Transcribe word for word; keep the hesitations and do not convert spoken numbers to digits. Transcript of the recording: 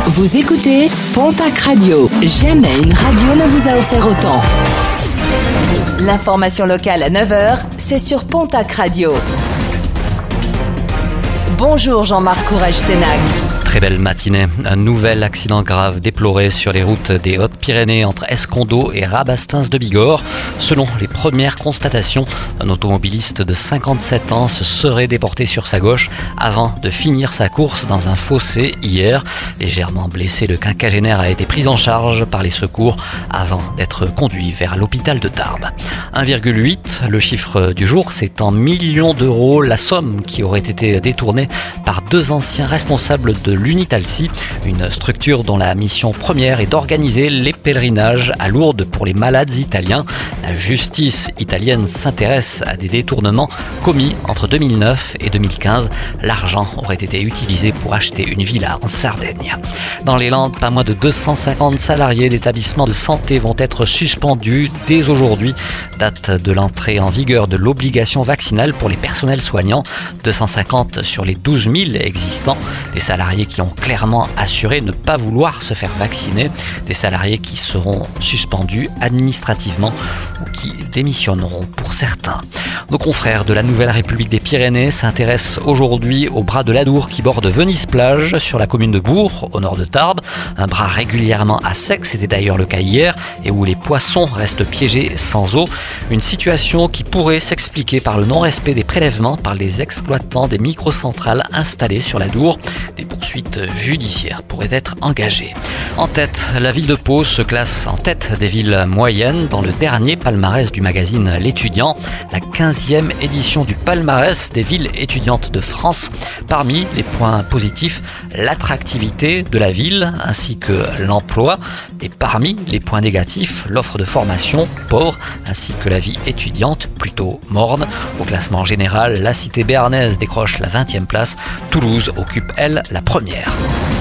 Vous écoutez Pontac Radio. Jamais une radio ne vous a offert autant. L'information locale à neuf heures, c'est sur Pontac Radio. Bonjour Jean-Marc Courage-Sénac. Très belle matinée. Un nouvel accident grave déploré sur les routes des Hautes-Pyrénées entre Escondeaux et Rabastens de Bigorre. Selon les premières constatations, un automobiliste de cinquante-sept ans se serait déporté sur sa gauche avant de finir sa course dans un fossé hier. Légèrement blessé, le quinquagénaire a été pris en charge par les secours avant d'être conduit vers l'hôpital de Tarbes. un virgule huit, le chiffre du jour, c'est en millions d'euros la somme qui aurait été détournée par deux anciens responsables de l'Unitalsi, une structure dont la mission première est d'organiser les pèlerinages à Lourdes pour les malades italiens. La justice italienne s'intéresse à des détournements commis entre deux mille neuf et deux mille quinze. L'argent aurait été utilisé pour acheter une villa en Sardaigne. Dans les Landes, pas moins de deux cent cinquante salariés d'établissements de santé vont être suspendus dès aujourd'hui, date de l'entrée en vigueur de l'obligation vaccinale pour les personnels soignants. deux cent cinquante sur les douze mille existants. Des salariés qui ont clairement assuré ne pas vouloir se faire vacciner, des salariés qui seront suspendus administrativement ou qui démissionneront pour certains. Nos confrères de la Nouvelle République des Pyrénées s'intéressent aujourd'hui au bras de l'Adour qui borde Venise-Plage sur la commune de Bourg, au nord de Tarbes. Un bras régulièrement à sec, c'était d'ailleurs le cas hier, et où les poissons restent piégés sans eau. Une situation qui pourrait s'expliquer par le non-respect des prélèvements par les exploitants des microcentrales installées sur l'Adour. Des poursuites judiciaires pourraient être engagées. En tête, la ville de Pau se classe en tête des villes moyennes dans le dernier palmarès du magazine L'Étudiant, la quinzième édition du palmarès des villes étudiantes de France. Parmi les points positifs, l'attractivité de la ville ainsi que l'emploi, et parmi les points négatifs, l'offre de formation pauvre ainsi que la vie étudiante plutôt morne. Au classement général, la cité béarnaise décroche la vingtième place, Toulouse occupe elle la première.